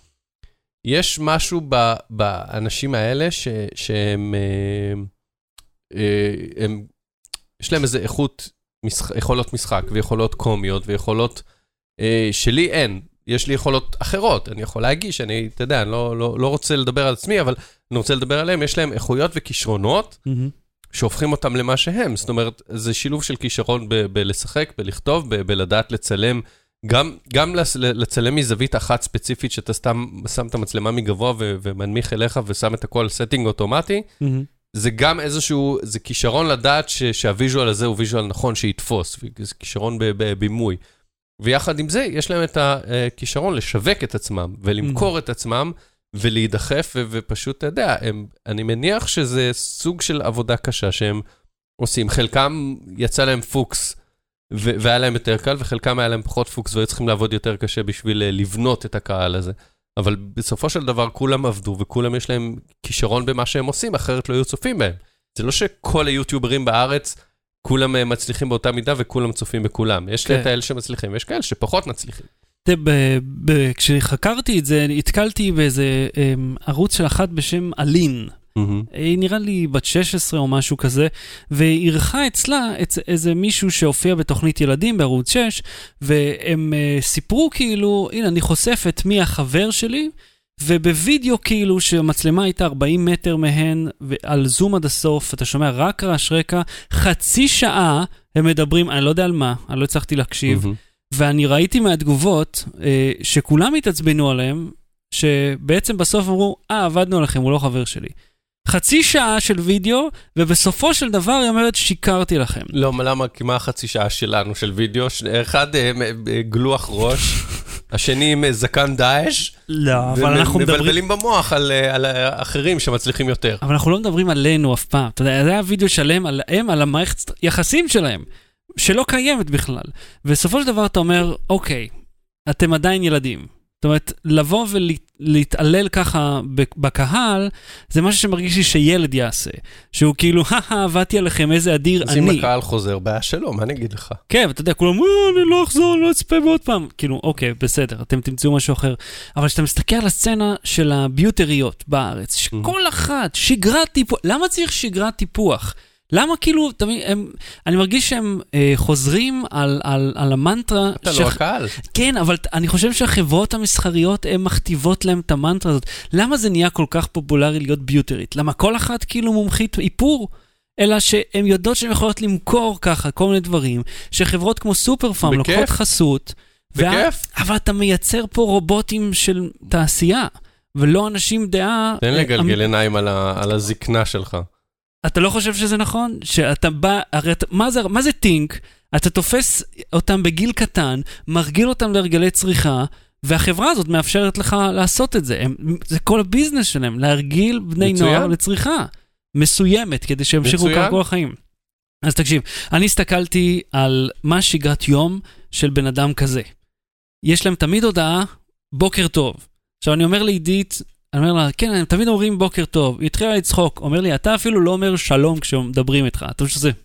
יש משהו ב, באנשים האלה, ש, שהם, uh, uh, הם, יש להם איזה איכות, משח, יכולות משחק, ויכולות קומיות, ויכולות uh, שלי אין. יש לי יכולות אחרות, אני יכול להגיש, אני, אתה יודע, אני לא, לא, לא רוצה לדבר על עצמי, אבל אני רוצה לדבר עליהם, יש להם איכויות וכישרונות, mm-hmm. שהופכים אותם למה שהם, זאת אומרת, זה שילוב של כישרון ב- בלשחק, בלכתוב, ב- בלדעת לצלם, גם, גם לצלם מזווית אחת ספציפית, שאתה סתם שם את המצלמה מגבוה ו- ומנמיך אליך, ושם את הכל סטינג אוטומטי, mm-hmm. זה גם איזשהו, זה כישרון לדעת ש- שהוויז'ואל הזה הוא ויז'ואל נכון שיתפוס, זה כישרון בבימוי. ויחד עם זה, יש להם את הכישרון לשווק את עצמם, ולמכור את עצמם, ולהידחף, ו- ופשוט, אתה יודע, הם, אני מניח שזה סוג של עבודה קשה שהם עושים. חלקם יצא להם פוקס, ו- והיה להם יותר קל, וחלקם היה להם פחות פוקס, והיו צריכים לעבוד יותר קשה בשביל לבנות את הקהל הזה. אבל בסופו של דבר, כולם עבדו, וכולם יש להם כישרון במה שהם עושים, אחרת לא יהיו צופים בהם. זה לא שכל היוטיוברים בארץ, כולם מצליחים באותה מידה, וכולם צופים בכולם. יש את האלה שמצליחים, ויש כאלה שפחות מצליחים. כשחקרתי את זה, התקלתי באיזה ערוץ של אחת בשם אלין. היא נראה לי בת שש עשרה או משהו כזה, והיא ערכה אצלה איזה מישהו שהופיע בתוכנית ילדים בערוץ שש, והם סיפרו כאילו, הנה אני חושפת מי החבר שלי, ובווידאו כאילו שהמצלמה הייתה ארבעים מטר מהן, ועל זום עד הסוף, אתה שומע רק רעש רקע, חצי שעה הם מדברים, אני לא יודע על מה, אני לא הצלחתי להקשיב, mm-hmm. ואני ראיתי מהתגובות אה, שכולם התעצבנו עליהם, שבעצם בסוף אמרו, אה, עבדנו עליכם, הוא לא חבר שלי. חצי שעה של וידאו, ובסופו של דבר היא אומרת, שיקרתי לכם. לא, למה? כי מה החצי שעה שלנו של וידאו? אחד אה, גלוח ראש, השני עם זקן דאעש, לא, אבל אנחנו מדברים... מבלבלים במוח על, על אחרים שמצליחים יותר. אבל אנחנו לא מדברים עלינו אף פעם. אתה יודע, זה היה וידאו שלהם עליהם, על המערכת יחסים שלהם, שלא קיימת בכלל. ובסופו של דבר אתה אומר, אוקיי, אתם עדיין ילדים. זאת אומרת, לבוא להתעלל ככה בקהל, זה משהו שמרגיש לי שילד יעשה. שהוא כאילו, עבדתי עליכם, איזה אדיר אני. אז אם הקהל חוזר, בעיה שלו, מה אני אגיד לך? כן, ואתה יודע, כולם, אני לא אחזור, אני לא אצפה בעוד פעם. כאילו, אוקיי, בסדר, אתם תמצאו משהו אחר. אבל כשאתה מסתכל על הסצנה של הביוטריות בארץ, שכל אחת, שגרת טיפוח, למה צריך שגרת טיפוח? למה כאילו, תמיד, הם, אני מרגיש שהם אה, חוזרים על, על, על המנטרה. אתה ש... לא הקהל. כן, אבל אני חושב שהחברות המסחריות, הן מכתיבות להם את המנטרה הזאת. למה זה נהיה כל כך פופולרי להיות ביוטרית? למה כל אחת כאילו מומחית איפור? אלא שהן יודעות שהן יכולות למכור ככה כל מיני דברים, שחברות כמו סופר פארם לוקחות חסות. בכיף. וה... אבל אתה מייצר פה רובוטים של תעשייה, ולא אנשים דעה... תן לגלגל עיניים על, ה... על הזקנה שלך. אתה לא חושב שזה נכון? שאתה בא, הרי מה זה, מה זה טינק? אתה תופס אותם בגיל קטן, מרגיל אותם להרגלי צריכה, והחברה הזאת מאפשרת לך לעשות את זה. הם, זה כל הביזנס שלהם, להרגיל בני מצוין. נוער לצריכה מסוימת, כדי שימשיכו ככל החיים. אז תקשיב, אני הסתכלתי על מה שגרת יום של בן אדם כזה. יש להם תמיד הודעה, בוקר טוב. עכשיו אני אומר לעידית, אני אומר לה, כן, הם תמיד אומרים בוקר טוב. היא התחילה לצחוק, אומר לי, אתה אפילו לא אומר שלום כשמדברים איתך. אתה חושב שזה,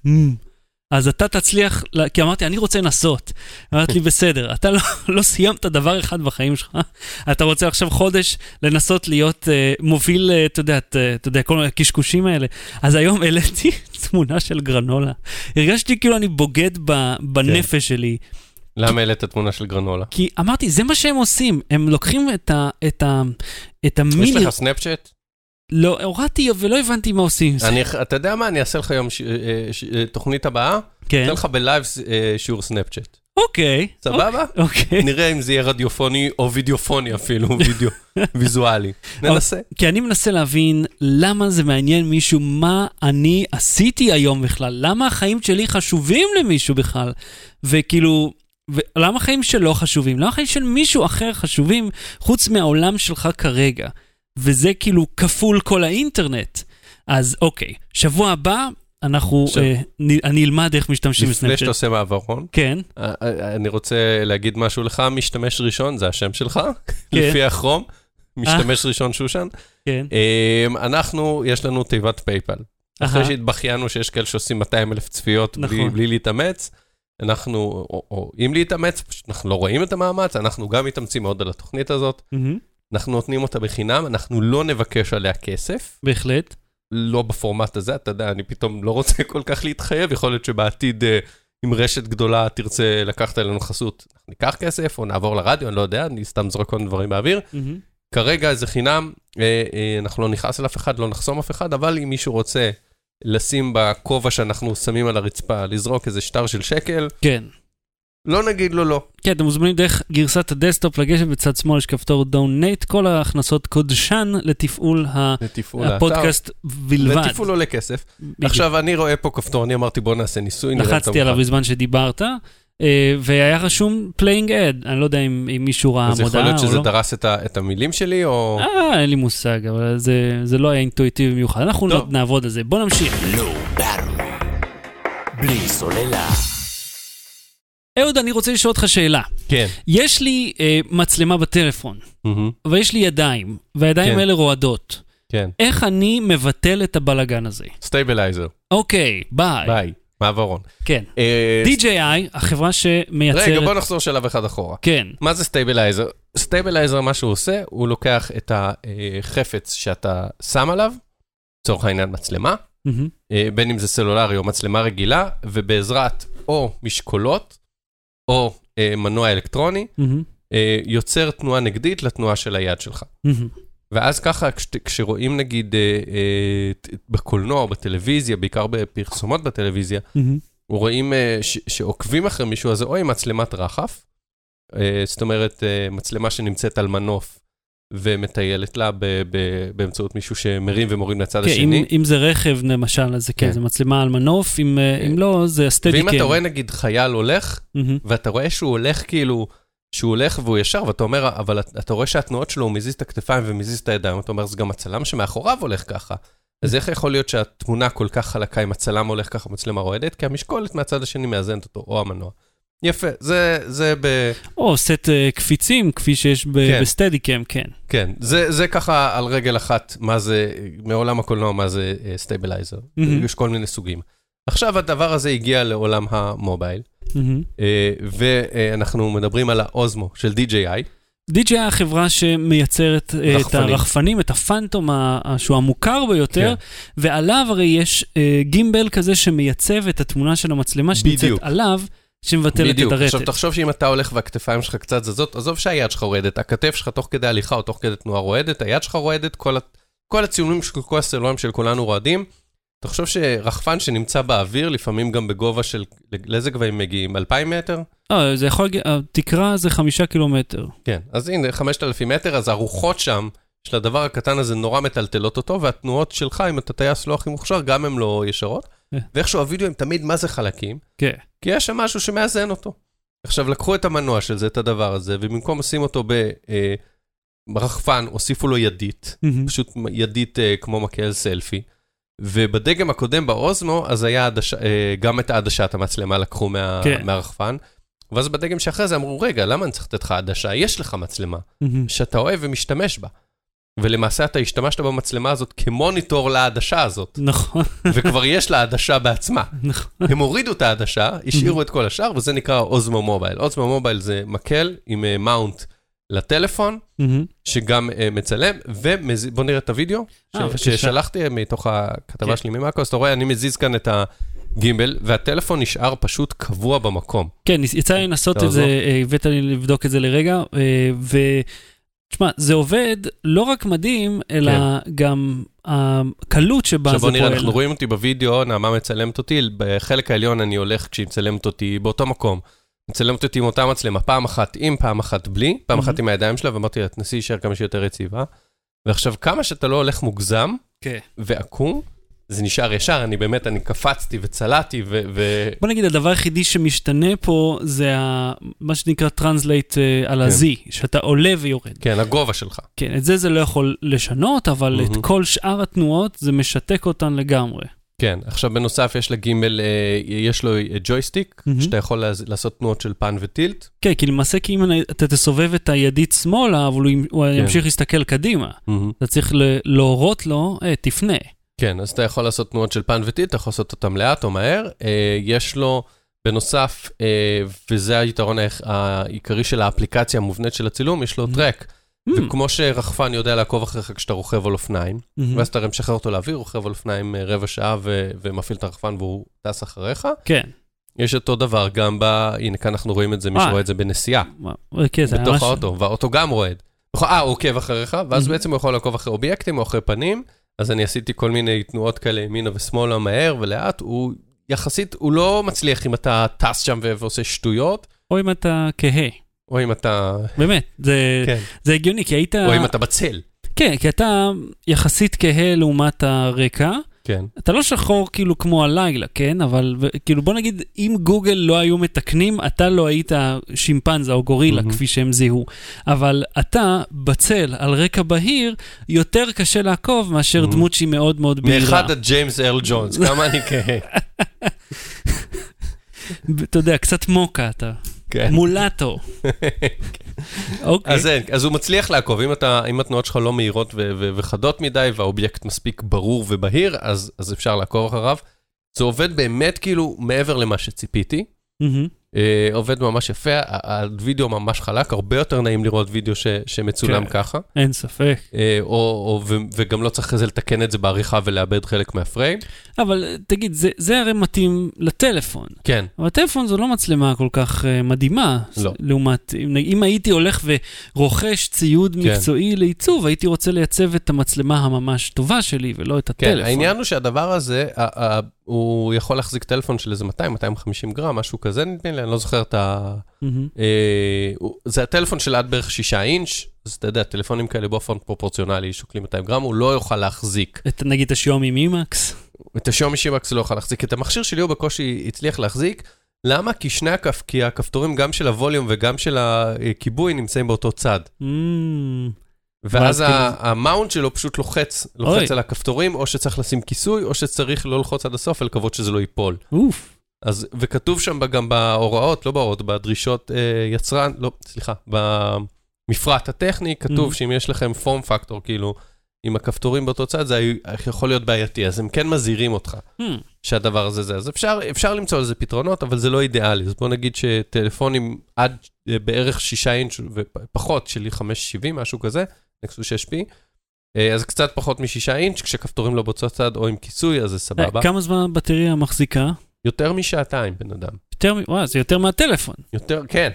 אז אתה תצליח, כי אמרתי, אני רוצה לנסות. אמרתי לי, בסדר, אתה לא, לא סיימת דבר אחד בחיים שלך. אתה רוצה עכשיו חודש לנסות להיות uh, מוביל, uh, אתה יודע, אתה יודע, כל הקשקושים האלה. אז היום העליתי תמונה של גרנולה. הרגשתי כאילו אני בוגד ב, בנפש שלי. למה העלית את התמונה של גרנולה? כי אמרתי, זה מה שהם עושים. הם לוקחים את ה... את ה... את המיני... יש לך סנאפצ'אט? לא, הורדתי ולא הבנתי מה עושים. אני, אתה יודע מה? אני אעשה לך היום ש... ש... תוכנית הבאה. כן. אתן לך בלייב שיעור סנאפצ'אט. אוקיי. סבבה? אוקיי. נראה אם זה יהיה רדיופוני או וידאופוני אפילו, וידאו, ויזואלי. ננסה. כי אני מנסה להבין למה זה מעניין מישהו, מה אני עשיתי היום בכלל. למה החיים שלי חשובים למישהו בכלל? וכאילו... ולמה החיים שלו חשובים? למה החיים של מישהו אחר חשובים חוץ מהעולם שלך כרגע? וזה כאילו כפול כל האינטרנט. אז אוקיי, שבוע הבא אנחנו, אה, אני אלמד איך משתמשים בסנאפצ'אט. לפני שאתה עושה מעברון, כן. אני רוצה להגיד משהו לך, משתמש ראשון, זה השם שלך, לפי החרום, משתמש ראשון שושן. כן. אנחנו, יש לנו תיבת פייפל. אחרי שהתבחיינו שיש כאלה שעושים מאתיים אלף צפיות בלי להתאמץ, אנחנו, או, או אם להתאמץ, פשוט אנחנו לא רואים את המאמץ, אנחנו גם מתאמצים מאוד על התוכנית הזאת, mm-hmm. אנחנו נותנים אותה בחינם, אנחנו לא נבקש עליה כסף. בהחלט. לא בפורמט הזה, אתה יודע, אני פתאום לא רוצה כל כך להתחייב, יכול להיות שבעתיד, אם רשת גדולה תרצה לקחת אלינו חסות, אנחנו ניקח כסף, או נעבור לרדיו, אני לא יודע, אני סתם זרוק כל דברים באוויר. Mm-hmm. כרגע זה חינם, אנחנו לא נכנס אל אף אחד, לא נחסום אף אחד, אבל אם מישהו רוצה לשים בכובע שאנחנו שמים על הרצפה, לזרוק איזה שטר של שקל. כן. לא נגיד לו לא. כן, אתם מוזמנים דרך גרסת הדסטופ לגשת בצד שמאל יש כפתור דונט, כל ההכנסות קודשן לתפעול הפודקאסט בלבד. לתפעול עולה כסף. עכשיו אני רואה פה כפתור, אני אמרתי בוא נעשה ניסוי. לחצתי עליו בזמן שדיברת, והיה רשום playing ad, אני לא יודע אם מישהו ראה מודעה או לא. אז יכול להיות שזה דרס את המילים שלי או... אה, אין לי מושג, אבל זה לא היה אינטואיטיבי במיוחד. אנחנו נעבוד על זה, בוא נמשיך. בלי סוללה. אהוד, אני רוצה לשאול אותך שאלה. כן. יש לי אה, מצלמה בטלפון, mm-hmm. ויש לי ידיים, והידיים כן. האלה רועדות. כן. איך אני מבטל את הבלגן הזה? סטייבלייזר. אוקיי, ביי. ביי, מעברון. כן. אה... די ג'יי איי, החברה שמייצרת... רגע, בוא נחזור שלב אחד אחורה. כן. מה זה סטייבלייזר? סטייבלייזר, מה שהוא עושה, הוא לוקח את החפץ שאתה שם עליו, צורך העניין מצלמה, mm-hmm. אה, בין אם זה סלולרי או מצלמה רגילה, ובעזרת או משקולות, או אה, מנוע אלקטרוני, mm-hmm. אה, יוצר תנועה נגדית לתנועה של היד שלך. Mm-hmm. ואז ככה, כש, כשרואים נגיד אה, אה, בקולנוע או בטלוויזיה, בעיקר בפרסומות בטלוויזיה, mm-hmm. רואים אה, ש, שעוקבים אחרי מישהו הזה, או עם מצלמת רחף, אה, זאת אומרת, אה, מצלמה שנמצאת על מנוף, ומטיילת לה ב, ב, באמצעות מישהו שמרים ומורים לצד כן, השני. אם, אם זה רכב למשל, אז זה כן, זה מצלמה על מנוף, אם, כן. אם לא, זה הסטדיקן. ואם אתה רואה נגיד חייל הולך, mm-hmm. ואתה רואה שהוא הולך כאילו, שהוא הולך והוא ישר, ואתה אומר, אבל אתה רואה שהתנועות שלו, הוא מזיז את הכתפיים ומזיז את הידיים, אתה אומר, זה גם הצלם שמאחוריו הולך ככה. אז איך יכול להיות שהתמונה כל כך חלקה, אם הצלם הולך ככה, מצלמה רועדת, כי המשקולת מהצד השני מאזנת אותו, או המנוע. יפה, זה, זה ב... או סט קפיצים, כפי שיש בסטדיקם, כן. כן, זה, זה ככה על רגל אחת, מה זה, מעולם הקולנוע, מה זה סטייבלייזר. יש כל מיני סוגים. עכשיו הדבר הזה הגיע לעולם המובייל, ואנחנו מדברים על האוזמו של די ג'יי איי. די ג'יי איי החברה שמייצרת את הרחפנים, את הפנטום שהוא המוכר ביותר, ועליו הרי יש גימבל כזה שמייצב את התמונה של המצלמה שנמצאת עליו, שמבטלת את הרטט. עכשיו תחשוב שאם אתה הולך והכתפיים שלך קצת זזות, עזוב שהיד שלך רועדת, הכתף שלך תוך כדי הליכה או תוך כדי תנועה רועדת, היד שלך רועדת, כל, כל הציונים של כל הסלולרים של כולנו רועדים. תחשוב שרחפן שנמצא באוויר, לפעמים גם בגובה של, לאיזה גבהים מגיעים? אלפיים מטר? אה, זה יכול, התקרה זה חמישה קילומטר. כן, אז הנה, חמשת אלפים מטר, אז הרוחות שם, של הדבר הקטן הזה נורא מטלטלות אותו, והתנועות שלך, אם אתה טייס לא הכי מוכשר, גם הם לא ישרות. ואיכשהו הוידאו הם תמיד מה זה חלקים, כן. כי יש שם משהו שמאזן אותו. עכשיו לקחו את המנוע של זה, את הדבר הזה, ובמקום לשים אותו ברחפן, הוסיפו לו ידית, פשוט ידית כמו מקל סלפי, ובדגם הקודם באוזמו, אז היה גם את העדשת המצלמה לקחו מהרחפן, ואז בדגם שאחרי זה אמרו, רגע, למה אני צריך לתת לך עדשה? יש לך מצלמה, שאתה אוהב ומשתמש בה. ולמעשה אתה השתמשת במצלמה הזאת כמוניטור לעדשה הזאת. נכון. וכבר יש לה עדשה בעצמה. נכון. הם הורידו את העדשה, השאירו את כל השאר, וזה נקרא אוזמו מובייל. אוזמו מובייל זה מקל עם מאונט לטלפון, שגם מצלם, ובוא נראה את הוידאו, ששלחתי מתוך הכתבה שלי ממאקוס, אתה רואה, אני מזיז כאן את הגימבל, והטלפון נשאר פשוט קבוע במקום. כן, יצא לי לנסות את זה, הבאת לי לבדוק את זה לרגע, ו... תשמע, זה עובד לא רק מדהים, אלא גם הקלות שבה זה פועל. עכשיו בוא נראה, אנחנו רואים אותי בווידאו, נעמה מצלמת אותי, בחלק העליון אני הולך כשהיא מצלמת אותי באותו מקום. מצלמת אותי עם אותה מצלמה, פעם אחת עם, פעם אחת בלי, פעם אחת עם הידיים שלה, ואמרתי לה, תנסי להישאר כמה שיותר יציבה. ועכשיו כמה שאתה לא הולך מוגזם, ועקום, זה נשאר ישר, אני באמת, אני קפצתי וצלעתי ו... ו... בוא נגיד, הדבר היחידי שמשתנה פה, זה ה... מה שנקרא טרנסלייט על ה-Z, שאתה עולה ויורד. כן, הגובה שלך. כן, את זה זה לא יכול לשנות, אבל את כל שאר התנועות, זה משתק אותן לגמרי. כן, עכשיו בנוסף יש לגימל, יש לו ג'ויסטיק, שאתה יכול לעשות תנועות של פן וטילט. כן, כי למעשה, כי אם אתה תסובב את הידית שמאלה, אבל הוא ימשיך להסתכל קדימה. אתה צריך להורות לו, תפנה. כן, אז אתה יכול לעשות תנועות של פן וטילט, אתה יכול לעשות אותם לאט או מהר. יש לו בנוסף, וזה היתרון העיקרי של האפליקציה המובנית של הצילום, יש לו טרק. וכמו שרחפן יודע לעקוב אחריך כשאתה רוכב על אופניים, ואז אתה משחרר אותו לאוויר, רוכב על אופניים רבע שעה ומפעיל את הרחפן והוא טס אחריך. כן. יש אותו דבר גם ב... הנה, כאן אנחנו רואים את זה, מי שרואה את זה בנסיעה. בתוך האוטו, והאוטו גם רועד. אה, הוא עוקב אחריך, ואז בעצם הוא יכול לעקוב אחרי אובייקטים או אחרי פנים, אז אני עשיתי כל מיני תנועות כאלה, ימינה ושמאלה, מהר ולאט, הוא יחסית, הוא לא מצליח אם אתה טס שם ועושה שטויות. או אם אתה כהה. או אם אתה... באמת, זה, כן. זה הגיוני, כי היית... או אם אתה בצל. כן, כי אתה יחסית כהה לעומת הרקע. כן. אתה לא שחור כאילו כמו הלילה, כן? אבל כאילו בוא נגיד, אם גוגל לא היו מתקנים, אתה לא היית שימפנזה או גורילה, mm-hmm. כפי שהם זיהו. אבל אתה בצל על רקע בהיר, יותר קשה לעקוב מאשר mm-hmm. דמות שהיא מאוד מאוד בהירה. מאחד עד ג'יימס ארל ג'ונס, כמה אני כהה. אתה יודע, קצת מוקה אתה. מולטו. אז אין, אז הוא מצליח לעקוב, אם התנועות שלך לא מהירות וחדות מדי, והאובייקט מספיק ברור ובהיר, אז אפשר לעקוב אחריו. זה עובד באמת כאילו מעבר למה שציפיתי. עובד ממש יפה, הווידאו ממש חלק, הרבה יותר נעים לראות וידאו שמצולם ככה. אין ספק. וגם לא צריך איזה לתקן את זה בעריכה ולאבד חלק מהפריים. אבל תגיד, זה הרי מתאים לטלפון. כן. אבל הטלפון זו לא מצלמה כל כך מדהימה. לא. לעומת, אם הייתי הולך ורוכש ציוד מקצועי לעיצוב, הייתי רוצה לייצב את המצלמה הממש טובה שלי ולא את הטלפון. כן, העניין הוא שהדבר הזה, הוא יכול להחזיק טלפון של איזה מאתיים מאתיים וחמישים גרם, משהו כזה נדמה לי, אני לא זוכר את ה... זה הטלפון של עד בערך שישה אינץ', אז אתה יודע, טלפונים כאלה באופן פרופורציונלי, שוקלים מאתיים גרם, הוא לא יוכל להחזיק. נגיד את השיומי מימקס? את השיומי מימקס לא יוכל להחזיק. את המכשיר שלי הוא בקושי הצליח להחזיק. למה? כי שני הכף, כי הכפתורים גם של הווליום וגם של הכיבוי נמצאים באותו צד. ואז המאונט שלו פשוט לוחץ, לוחץ על הכפתורים, או שצריך לשים כיסוי, או שצריך לא ללחוץ עד הסוף, ולקוות שזה לא ייפול. אוף. אז, וכתוב שם גם בהוראות, לא בהוראות, בדרישות אה, יצרן, לא, סליחה, במפרט הטכני, כתוב mm-hmm. שאם יש לכם פורם פקטור, כאילו, עם הכפתורים באותו צד, זה יכול להיות בעייתי, אז הם כן מזהירים אותך, mm-hmm. שהדבר הזה זה. אז אפשר, אפשר למצוא לזה פתרונות, אבל זה לא אידיאלי. אז בוא נגיד שטלפונים עד בערך שישה אינץ' ופחות, שלי חמש שבעים, משהו כזה, נקסוס שש פי, אז קצת פחות משישה אינץ', כשכפתורים לא באותו צד או עם כיסוי, אז זה סבבה. כמה זמן הבטריה מחזיקה? יותר משעתיים, בן אדם. יותר, וואו, זה יותר מהטלפון. יותר, כן.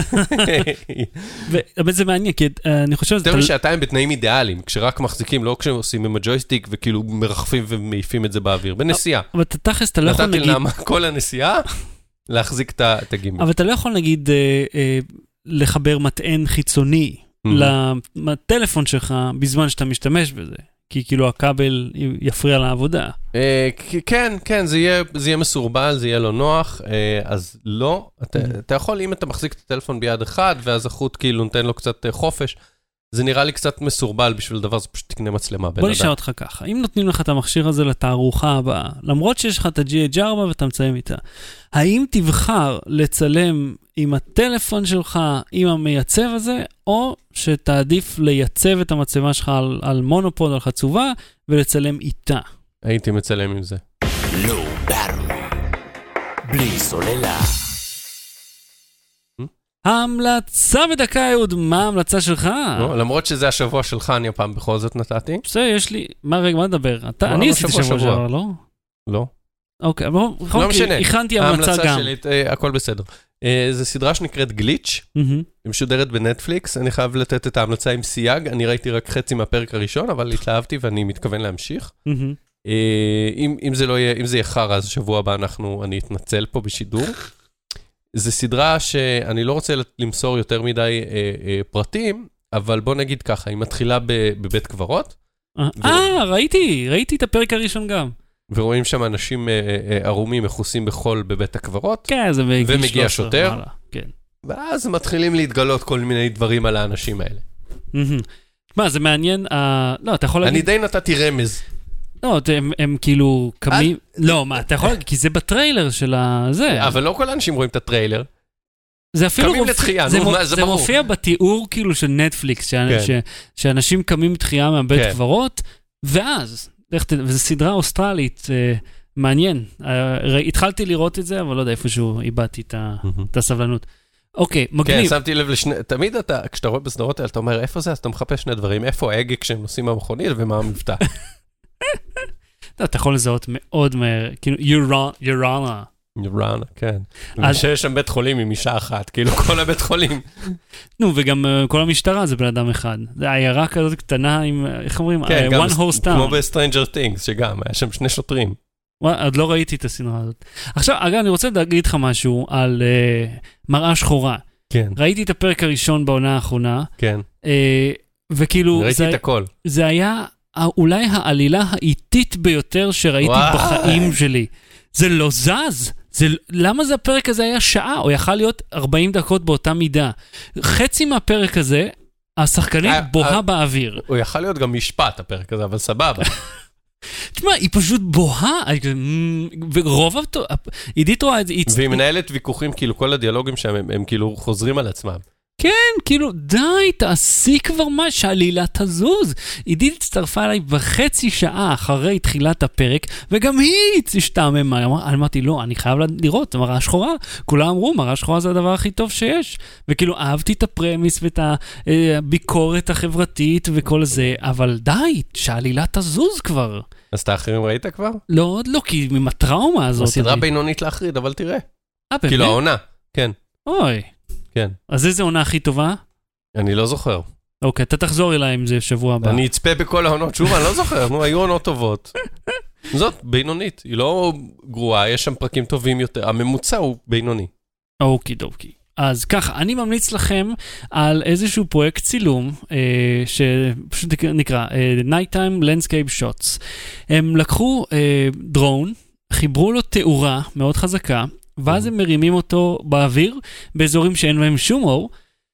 אבל זה מעניין, כי אני חושב... יותר משעתיים בתנאים אידיאליים, כשרק מחזיקים, לא כשעושים עם הג'ויסטיק, וכאילו מרחפים ומעיפים את זה באוויר, בנסיעה. אבל אתה תכלס, אתה לא יכול נגיד... נתתי לנעמה כל הנסיעה, להחזיק את הגימל. אבל אתה לא יכול נגיד לחבר מטען חיצוני לטלפון שלך, בזמן שאתה משתמש בזה. כי כאילו הכבל יפריע לעבודה. כן, כן, זה יהיה מסורבל, זה יהיה לא נוח, אז לא, אתה יכול, אם אתה מחזיק את הטלפון ביד אחד, ואז החוט כאילו נותן לו קצת חופש, זה נראה לי קצת מסורבל בשביל דבר, זה פשוט תקנה מצלמה. בוא נשאר אותך ככה, אם נותנים לך את המכשיר הזה לתערוכה הבאה, למרות שיש לך את ה-ג'י אייץ' ארבע ואתה מצלם איתה, האם תבחר לצלם עם הטלפון שלך, עם המייצב הזה, או שתעדיף לייצב את המצלמה שלך על, על מונופוד, על חצובה, ולצלם איתה? הייתי מצלם עם זה. לא ברור. בלי סוללה. ההמלצה בדקה, יהוד, מה ההמלצה שלך? למרות שזה השבוע שלך, אני הפעם בכל זאת נתתי. בסדר, יש לי... מה רגע, מה נדבר? אני עשיתי שבוע שבוע, לא? לא. אוקיי, אבל הכנתי המלצה גם. הכל בסדר. זו סדרה שנקראת גליץ', היא משודרת בנטפליקס, אני חייב לתת את ההמלצה עם סייג, אני ראיתי רק חצי מהפרק הראשון, אבל התלהבתי ואני מתכוון להמשיך. אם זה לא יהיה, אם זה יהיה חרא, אז שבוע הבא אנחנו, אני אתנצל פה בשידור. זו סדרה שאני לא רוצה למסור יותר מדי פרטים, אבל בוא נגיד ככה, היא מתחילה בבית קברות. אה, ראיתי, ראיתי את הפרק הראשון גם. ורואים שם אנשים ערומים מחוסים בחול בבית הקברות. כן, זה בגיל שלוש עשרה. ומגיע שוטר. ואז מתחילים להתגלות כל מיני דברים על האנשים האלה. מה, זה מעניין, לא, אתה יכול להגיד... אני די נתתי רמז. לא, הם כאילו קמים... לא, מה, אתה יכול... כי זה בטריילר של הזה. אבל לא כל האנשים רואים את הטריילר. זה אפילו... קמים לתחייה, זה ברור. זה מופיע בתיאור כאילו של נטפליקס, שאנשים קמים לתחייה מהבית קברות, ואז, וזו סדרה אוסטרלית, מעניין. התחלתי לראות את זה, אבל לא יודע, איפשהו איבדתי את הסבלנות. אוקיי, מגניב. כן, שמתי לב לשני... תמיד אתה, כשאתה רואה בסדרות האלה, אתה אומר, איפה זה? אז אתה מחפש שני דברים. איפה ההגה כשהם נוסעים מהמכונית ומה המבטא? אתה יכול לזהות מאוד מהר, כאילו, יורנה. יורנה, כן. ושיש שם בית חולים עם אישה אחת, כאילו כל הבית חולים. נו, וגם כל המשטרה זה בן אדם אחד. זה עיירה כזאת קטנה עם, איך אומרים? כן, one horse town. כמו ב-Stranger Things, שגם, היה שם שני שוטרים. עוד לא ראיתי את הסדרה הזאת. עכשיו, אגב, אני רוצה להגיד לך משהו על מראה שחורה. כן. ראיתי את הפרק הראשון בעונה האחרונה. כן. וכאילו... ראיתי את הכל. זה היה... אולי העלילה האיטית ביותר שראיתי בחיים שלי. זה לא זז. זה, למה זה הפרק הזה היה שעה, או יכל להיות ארבעים דקות באותה מידה? חצי מהפרק הזה, השחקנית בוהה באוויר. הוא יכל להיות גם משפט, הפרק הזה, אבל סבבה. תשמע, היא פשוט בוהה, ורוב, עידית רואה את זה. והיא מנהלת ויכוחים, כאילו כל הדיאלוגים שם, הם כאילו חוזרים על עצמם. כן, כאילו, די, תעשי כבר מה שהעלילה תזוז. עידית הצטרפה אליי בחצי שעה אחרי תחילת הפרק, וגם היא השתעממה. אמרתי, לא, אני חייב לראות, מראה שחורה. כולם אמרו, מראה שחורה זה הדבר הכי טוב שיש. וכאילו, אהבתי את הפרמיס ואת הביקורת החברתית וכל זה, אבל די, שהעלילה תזוז כבר. אז את האחרים ראית כבר? לא, עוד לא, כי עם הטראומה הזאת. הסדרה בינונית להחריד, אבל תראה. אה, באמת? כאילו, העונה, כן. אוי. כן. אז איזה עונה הכי טובה? אני לא זוכר. אוקיי, אתה תחזור אליי עם זה שבוע הבא. אני אצפה בכל העונות, שוב, אני לא זוכר, נו, היו עונות טובות. זאת, בינונית, היא לא גרועה, יש שם פרקים טובים יותר, הממוצע הוא בינוני. אוקיי, דוקי. אז ככה, אני ממליץ לכם על איזשהו פרויקט צילום, אה, שפשוט נקרא, אה, Nighttime Landscape Shots. הם לקחו אה, דרון, חיברו לו תאורה מאוד חזקה, ואז הם מרימים אותו באוויר, באזורים שאין בהם שום אור,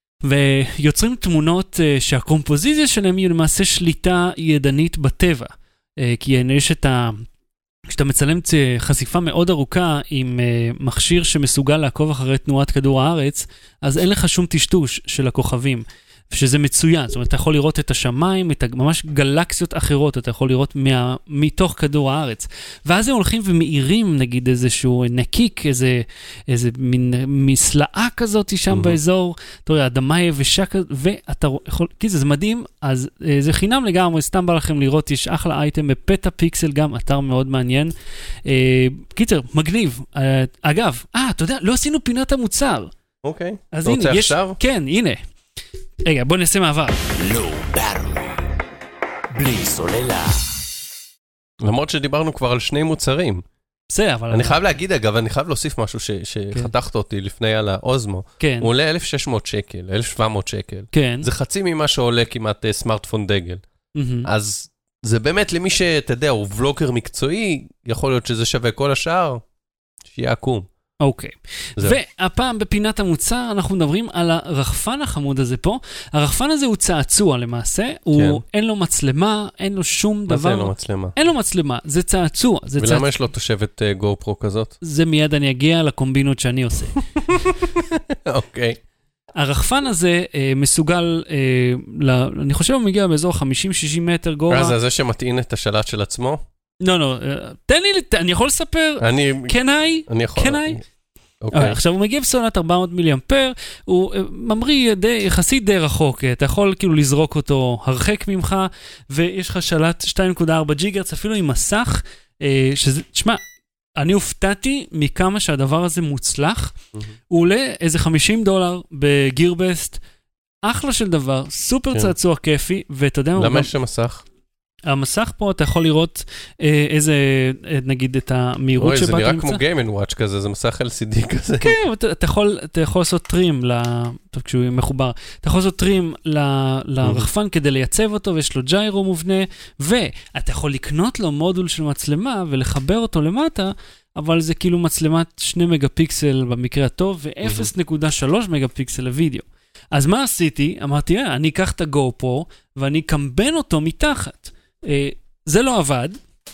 ויוצרים תמונות uh, שהקומפוזיציה שלהם היא למעשה שליטה ידנית בטבע. Uh, כי יש את ה... כשאתה מצלם חשיפה מאוד ארוכה עם מכשיר שמסוגל לעקוב אחרי תנועת כדור הארץ, אז אין לך שום טשטוש של הכוכבים. שזה מצוין, זאת אומרת, אתה יכול לראות את השמיים, את ממש גלקסיות אחרות, אתה יכול לראות מה, מתוך כדור הארץ. ואז הם הולכים ומאירים, נגיד, איזשהו נקיק, איזה, איזה מין מסלעה כזאת שם mm-hmm. באזור, אתה רואה, אדמה יבשה כזאת, ואתה יכול, כי זה, זה מדהים, אז זה חינם לגמרי, סתם בא לכם לראות, יש אחלה אייטם בפטה פיקסל, גם אתר מאוד מעניין. אה, קיצר, מגניב. אה, אגב, אה, אתה יודע, לא עשינו פינת המוצר. אוקיי. Okay. אז הנה, יש, כן, הנה. רגע, בוא נעשה מעבר. לא ברור. בלי סוללה. למרות שדיברנו כבר על שני מוצרים. בסדר, אבל... אני חייב להגיד, אגב, אני חייב להוסיף משהו שחתכת אותי לפני על האוזמו. כן. הוא עולה אלף ושש מאות שקל, אלף ושבע מאות שקל. כן. זה חצי ממה שעולה כמעט סמארטפון דגל. אז זה באמת למי שאתה יודע, הוא ולוגר מקצועי, יכול להיות שזה שווה כל השאר, שיהיה עקום. אוקיי, והפעם בפינת המוצר אנחנו מדברים על הרחפן החמוד הזה פה. הרחפן הזה הוא צעצוע למעשה, הוא אין לו מצלמה, אין לו שום דבר. מה זה אין לו מצלמה? אין לו מצלמה, זה צעצוע. ולמה יש לו תושבת גו פרו כזאת? זה מיד אני אגיע לקומבינות שאני עושה. אוקיי. הרחפן הזה מסוגל, אני חושב הוא מגיע באזור חמישים שישים מטר גובה. זה זה שמטעין את השלט של עצמו? לא, לא, תן לי, אני יכול לספר? אני... כן היי? אני יכול. כן היי? אוקיי. עכשיו, הוא מגיע בסוללת ארבע מאות מיליאמפר, הוא ממריא יחסית די רחוק, אתה יכול כאילו לזרוק אותו הרחק ממך, ויש לך שלט שתיים נקודה ארבע ג'יגהרץ, אפילו עם מסך, שזה, תשמע, אני הופתעתי מכמה שהדבר הזה מוצלח, הוא עולה איזה חמישים דולר בגירבסט, אחלה של דבר, סופר צעצוע כיפי, ואתה יודע... למה יש מסך? המסך פה, אתה יכול לראות אה, איזה, אה, נגיד, את המהירות שבה אתה נמצא. זה נראה כמו Game and Watch כזה, זה מסך אל סי די כזה. כן, אתה, אתה, יכול, אתה יכול לעשות טרים, טוב, כשהוא מחובר, אתה יכול לעשות טרים ל, לרחפן כדי לייצב אותו, ויש לו ג'יירו מובנה, ואתה יכול לקנות לו מודול של מצלמה, ולחבר אותו למטה, אבל זה כאילו מצלמת שני מגה פיקסל במקרה הטוב, ו-אפס נקודה שלוש מגה פיקסל לוידאו. אז מה עשיתי? אמרתי, אה, אני אקח את הגו פרו, ואני אקמבן אותו מתחת. אה, זה לא עבד.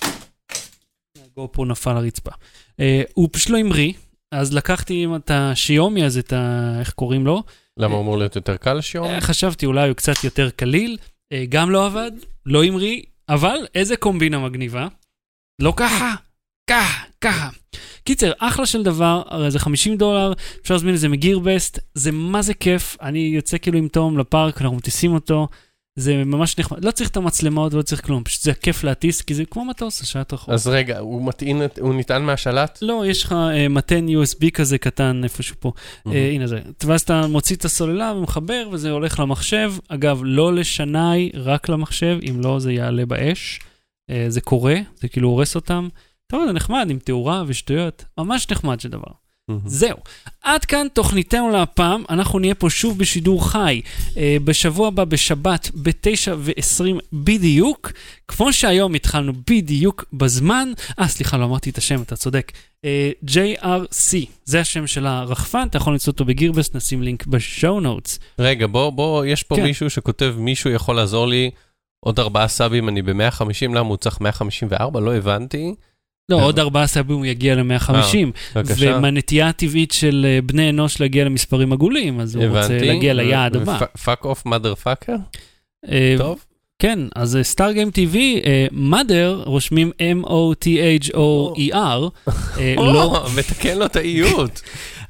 הגו פרו נפל לרצפה. אה, הוא פשוט לא המריא, אז לקחתי את השיומי הזה, את ה... איך קוראים לו? למה הוא אמור להיות יותר קל לשיומי? אה, חשבתי, אולי הוא קצת יותר קליל. אה, גם לא עבד, לא המריא, אבל איזה קומבינה מגניבה. לא ככה, ככה, ככה. קיצר, אחלה של דבר, הרי זה חמישים דולר, אפשר להזמין את זה מגירבסט, זה מה זה כיף, אני יוצא כאילו עם תום לפארק, אנחנו מטיסים אותו, זה ממש נחמד, לא צריך את המצלמות ולא צריך כלום, פשוט זה כיף להטיס, כי זה כמו מטוס, השעת רחוב. אז רגע, הוא מטעין, הוא ניתן מהשלט? לא, יש לך uh, מתן יו אס בי כזה קטן איפשהו פה, mm-hmm. uh, הנה זה, ואז אתה מוציא את הסוללה ומחבר, וזה הולך למחשב, אגב, לא לשנאי, רק למחשב, אם לא זה יעלה באש, uh, זה קורה, זה כאילו הורס אותם, טוב, זה נחמד, עם תאורה ושטויות, ממש נחמד שדבר. Mm-hmm. זהו. עד כאן תוכניתנו להפעם, אנחנו נהיה פה שוב בשידור חי, אה, בשבוע הבא בשבת, ב-תשע ועשרים בדיוק, כמו שהיום התחלנו בדיוק בזמן, אה, סליחה, לא אמרתי את השם, אתה צודק, אה, ג'יי אר סי, זה השם של הרחפן, אתה יכול למצוא אותו בגירבסט, נשים לינק בשואו נוטס. רגע, בוא, בוא, יש פה כן. מישהו שכותב, מישהו יכול לעזור לי, עוד ארבעה סאבים, אני ב-מאה וחמישים, למה הוא צריך מאה חמישים וארבע? לא הבנתי. לא, עוד ארבעה סאבים הוא יגיע ל-מאה וחמישים, ומהנטייה הטבעית של בני אנוש להגיע למספרים עגולים, אז הוא רוצה להגיע ליעד הבא. פאק אוף מאדר פאקר? טוב. כן, אז סטארגיים טי וי, מאדר, רושמים אם או טי אייץ' או אי אר. לא, מתקן לו את האיות.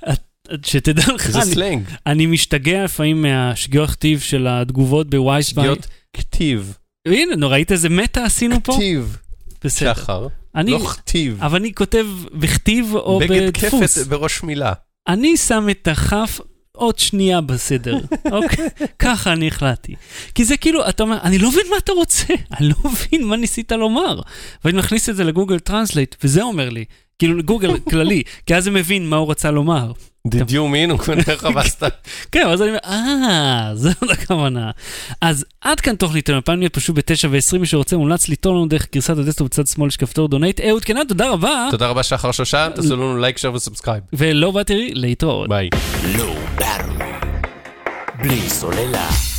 שתדע לך, אני משתגע לפעמים מהשגיאות כתיב של התגובות בווייספיי. שגיאות כתיב. הנה, נו, ראית איזה מטה עשינו פה? כתיב. שחר. אני, לא כתיב. אבל אני כותב בכתיב או בדפוס. בגד כפת בראש מילה. אני שם את החף עוד שנייה בסדר. אוקיי? ככה אני החלטתי. כי זה כאילו, אתה אומר, אני לא מבין מה אתה רוצה. אני לא מבין מה ניסית לומר. ואני מכניס את זה לגוגל טרנסלייט, וזה אומר לי, כאילו לגוגל כללי, כי אז זה מבין מה הוא רצה לומר. Did you mean? הוא כנראה חבסת. כן, אז אני אומר, אה, זו עוד הכוונה. אז עד כאן תוכניתנו, הפעם נהיה פשוט ב-תשע ועשרים, מי שרוצה מומלץ ליטול לנו דרך גרסת הדסטופ בצד שמאל שכפתור דונייט. אהוד קנן, תודה רבה. תודה רבה שחר שושן, תעשו לנו לייק, שייר וסאבסקרייב. ולא באתי להתראות. ביי. לא ברור. בלי סוללה.